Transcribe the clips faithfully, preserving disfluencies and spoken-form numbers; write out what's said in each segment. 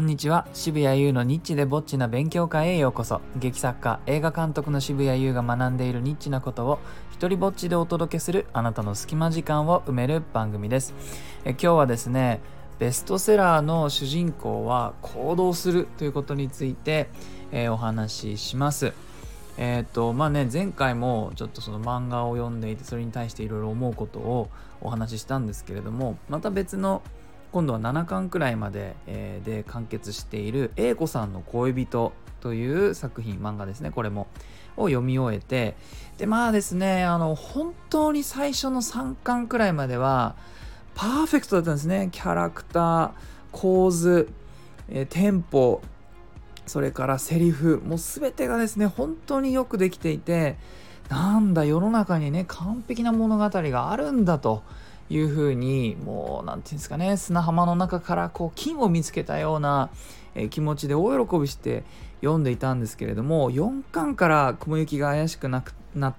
んにちは。渋谷優のニッチでぼっちな勉強会へようこそ。劇作家、映画監督の渋谷優が学んでいるニッチなことを一人ぼっちでお届けするあなたの隙間時間を埋める番組です。え今日はですね、ベストセラーの主人公は行動するということについて、えー、お話しします。えー、っとまあね前回もちょっとその漫画を読んでいて、それに対していろいろ思うことをお話ししたんですけれども、また別の今度はななかんくらいまで、えー、で完結している A 子さんの恋人という作品、漫画ですね、これもを読み終えて、でまあですねあの本当に最初のさんかんくらいまではパーフェクトだったんですね。キャラクター、構図、えー、テンポ、それからセリフ、もう全てがですね本当によくできていて、なんだ世の中にね完璧な物語があるんだというふうに、もうなんていうんですかね、砂浜の中からこう金を見つけたような、えー、気持ちで大喜びして読んでいたんですけれども、よんかんから雲行きが怪しくなくなって、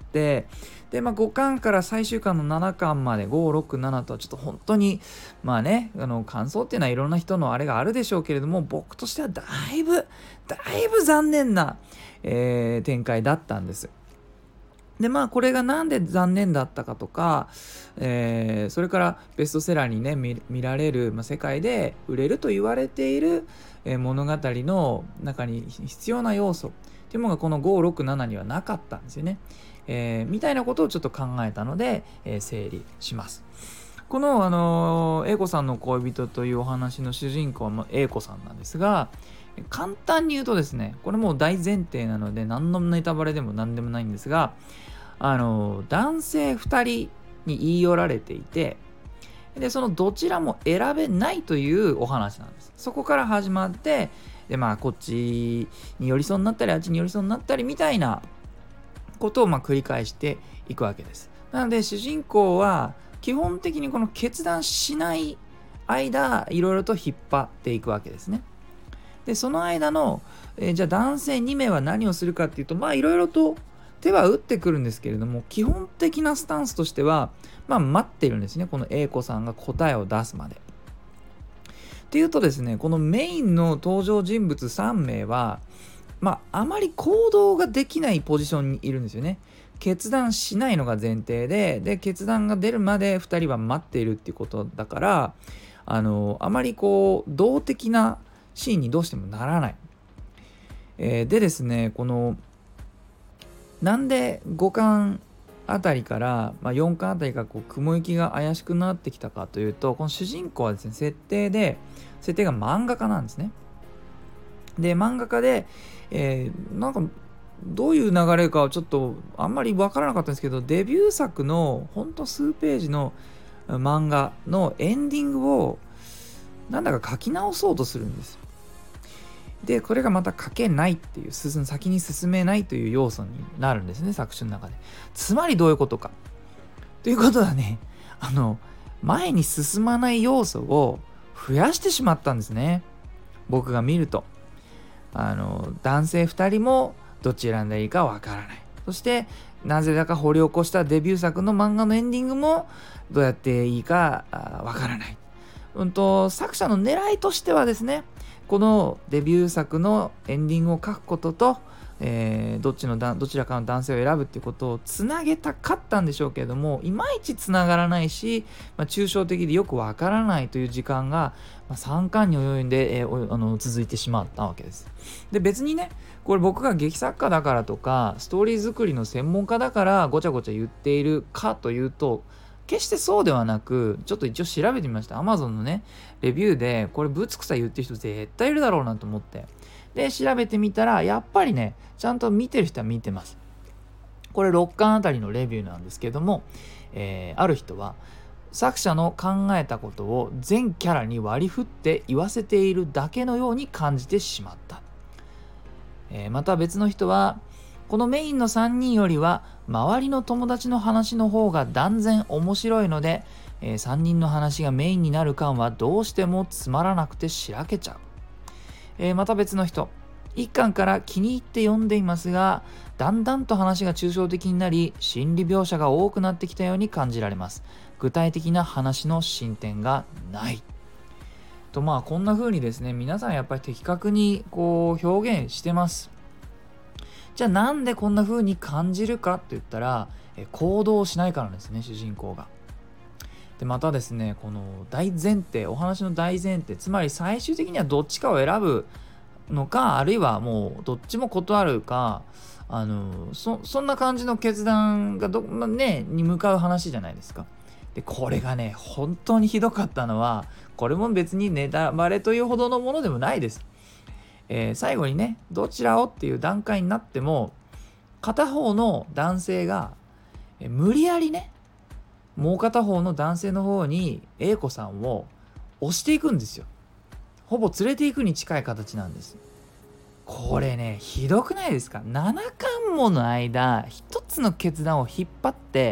で、まあ、ごかんから最終巻のななかんまでご、ろく、ななとはちょっと本当にまあね、あの感想っていうのはいろんな人のあれがあるでしょうけれども、僕としてはだいぶだいぶ残念な、えー、展開だったんです。でまあこれがなんで残念だったかとか、えー、それからベストセラーにね 見, 見られる、まあ、世界で売れると言われている、えー、物語の中に必要な要素っていうものがこのご、ろく、ななにはなかったんですよね、えー、みたいなことをちょっと考えたので、えー、整理します。この、あのー、A子さんの恋人というお話の主人公は、まあ、A子さんなんですが、簡単に言うとですね、これもう大前提なので何のネタバレでも何でもないんですが、あの男性ふたりに言い寄られていて、でそのどちらも選べないというお話なんです。そこから始まって、でまあこっちに寄り添いになったりあっちに寄り添いになったりみたいなことをまあ繰り返していくわけです。なので主人公は基本的にこの決断しない間、いろいろと引っ張っていくわけですね。でその間の、えー、じゃあ男性にめいは何をするかっていうと、まあいろいろと手は打ってくるんですけれども、基本的なスタンスとしてはまあ待っているんですね、この A 子さんが答えを出すまで。っていうとですね、このメインの登場人物さんめいはまああまり行動ができないポジションにいるんですよね。決断しないのが前提で、で決断が出るまでふたりは待っているっていうことだから、あのあまりこう動的なシーンにどうしてもならない、えー、でですね、このなんでごかんあたりから、まあ、よんかんあたりからこう雲行きが怪しくなってきたかというと、この主人公はですね、設定で設定が漫画家なんですね。で漫画家で、えー、なんかどういう流れかはちょっとあんまり分からなかったんですけど、デビュー作のほんと数ページの漫画のエンディングをなんだか書き直そうとするんですよ。でこれがまた書けないっていう、進先に進めないという要素になるんですね、作中の中で。つまりどういうことかということはね、あの前に進まない要素を増やしてしまったんですね。僕が見るとあの男性ふたりもどちら選んでいいかわからない。そしてなぜだか掘り起こしたデビュー作の漫画のエンディングもどうやっていいかわからない。うんと作者の狙いとしてはですね、このデビュー作のエンディングを書くことと、えー、どっちのだどちらかの男性を選ぶっていうことをつなげたかったんでしょうけれども、いまいちつながらないし、まあ、抽象的でよくわからないという時間が、まあ、さんかんに及んで、えー、あの続いてしまったわけです。で別にね、これ僕が劇作家だからとかストーリー作りの専門家だからごちゃごちゃ言っているかというと、決してそうではなく、ちょっと一応調べてみました。 Amazon のねレビューでこれぶつくさ言ってる人絶対いるだろうなと思って、で調べてみたらやっぱりねちゃんと見てる人は見てます。これろっかんあたりのレビューなんですけども、えー、ある人は作者の考えたことを全キャラに割り振って言わせているだけのように感じてしまった、えー、また別の人はこのメインのさんにんよりは周りの友達の話の方が断然面白いので、えー、さんにんの話がメインになる巻はどうしてもつまらなくてしらけちゃう、えー、また別の人、いっかんから気に入って読んでいますがだんだんと話が抽象的になり心理描写が多くなってきたように感じられます。具体的な話の進展がない。 とまあこんな風にですね、皆さんやっぱり的確にこう表現してます。じゃあなんでこんな風に感じるかって言ったら、え行動しないからですね、主人公が。でまたですね、この大前提、お話の大前提、つまり最終的にはどっちかを選ぶのか、あるいはもうどっちも断るか、あの そ, そんな感じの決断がど、まあ、ねに向かう話じゃないですか。でこれがね本当にひどかったのは、これも別にネタバレというほどのものでもないです。えー、最後にねどちらをっていう段階になっても、片方の男性が、えー無理やりねもう片方の男性の方に A 子さんを押していくんですよ。ほぼ連れていくに近い形なんです。これねひどくないですか。ななかんもの間一つの決断を引っ張って、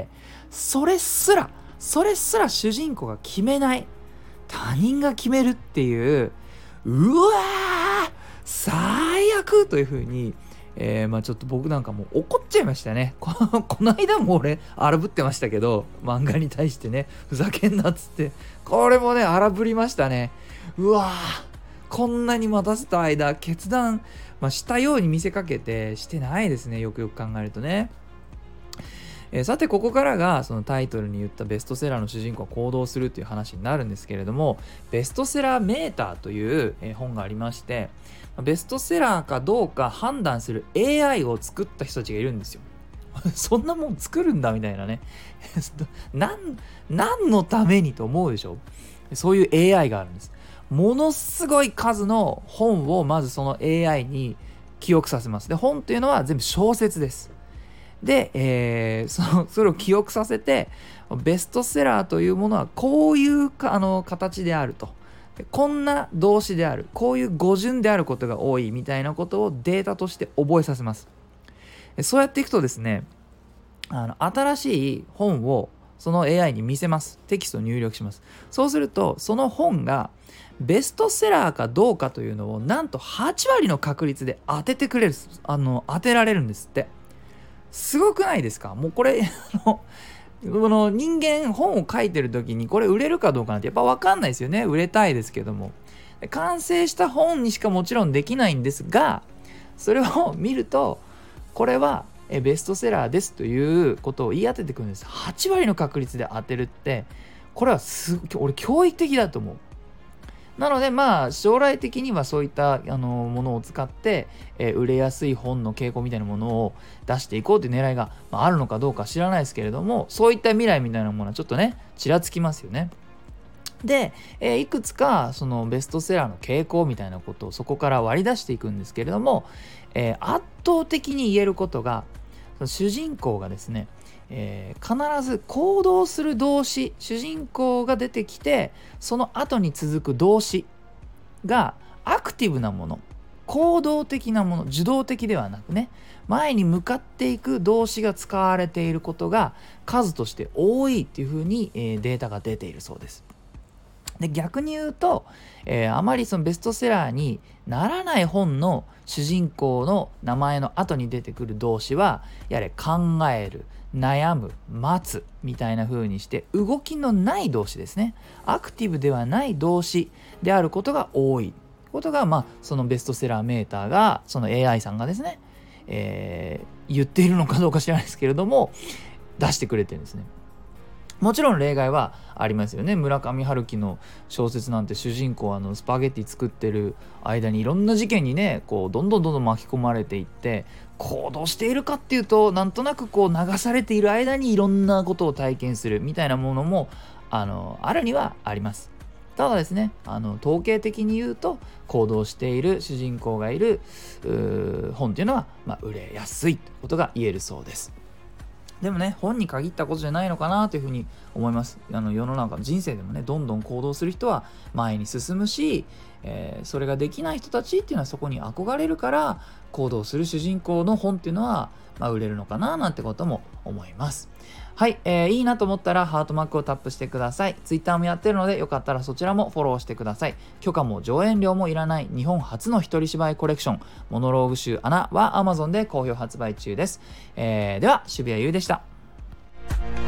それすらそれすら主人公が決めない、他人が決めるっていう、うわー最悪という風に、えー、まあちょっと僕なんかもう怒っちゃいましたね。この、この間も俺荒ぶってましたけど、漫画に対してねふざけんなっつって、これもね荒ぶりましたね。うわーこんなに待たせた間決断、まあ、したように見せかけてしてないですね、よくよく考えるとね。えー、さてここからがそのタイトルに言ったベストセラーの主人公が行動するっていう話になるんですけれども、ベストセラーメーターという、えー、本がありまして、ベストセラーかどうか判断する エーアイ を作った人たちがいるんですよ。そんなもん作るんだみたいなね。なん何のためにと思うでしょ。そういう エーアイ があるんです。ものすごい数の本をまずその エーアイ に記憶させます。で本っていうのは全部小説です。で、えー、そのそれを記憶させて、ベストセラーというものはこういうかあの形であると、でこんな動詞である、こういう語順であることが多いみたいなことをデータとして覚えさせます。そうやっていくとですね、あの新しい本をその エーアイ に見せます。テキストを入力します。そうするとその本がベストセラーかどうかというのをなんとはちわりの確率で当ててくれる、あの当てられるんですって。すごくないですか。もうこれあのこの人間本を書いてる時にこれ売れるかどうかなんてやっぱ分かんないですよね。売れたいですけども、完成した本にしかもちろんできないんですが、それを見るとこれはベストセラーですということを言い当ててくるんです。はちわりの確率で当てるって、これはす俺驚異的だと思う。なのでまあ将来的にはそういったあのものを使って、えー、売れやすい本の傾向みたいなものを出していこうという狙いが、まあ、あるのかどうか知らないですけれども、そういった未来みたいなものはちょっとねちらつきますよね。で、えー、いくつかそのベストセラーの傾向みたいなことをそこから割り出していくんですけれども、えー、圧倒的に言えることが、主人公がですね、えー、必ず行動する動詞、主人公が出てきてその後に続く動詞がアクティブなもの、行動的なもの、受動的ではなくね、前に向かっていく動詞が使われていることが数として多いっていうふうに、えー、データが出ているそうです。で逆に言うと、えー、あまりそのベストセラーにならない本の主人公の名前の後に出てくる動詞はやれ考える、悩む、待つみたいな風にして動きのない動詞ですね、アクティブではない動詞であることが多いことが、まあそのベストセラーメーターがその エーアイ さんがですね、えー、言っているのかどうか知らないですけれども出してくれてるんですね。もちろん例外はありますよね。村上春樹の小説なんて主人公はあのスパゲッティ作ってる間にいろんな事件にねこうどんどんどんどん巻き込まれていって行動しているかっていうとなんとなくこう流されている間にいろんなことを体験するみたいなものもあのあるにはあります。ただですね、あの統計的に言うと行動している主人公がいる本っていうのは、まあ、売れやすいということが言えるそうです。でもね、本に限ったことじゃないのかなというふうに思います。あの世の中、人生でもね、どんどん行動する人は前に進むし、えー、それができない人たちっていうのはそこに憧れるから行動する主人公の本っていうのは、まあ、売れるのかななんてことも思います。はい、えー、いいなと思ったらハートマークをタップしてください。ツイッターもやってるのでよかったらそちらもフォローしてください。許可も上演料もいらない日本初の一人芝居コレクションモノローグ集アナは Amazon で好評発売中です。えー、では渋谷優でした。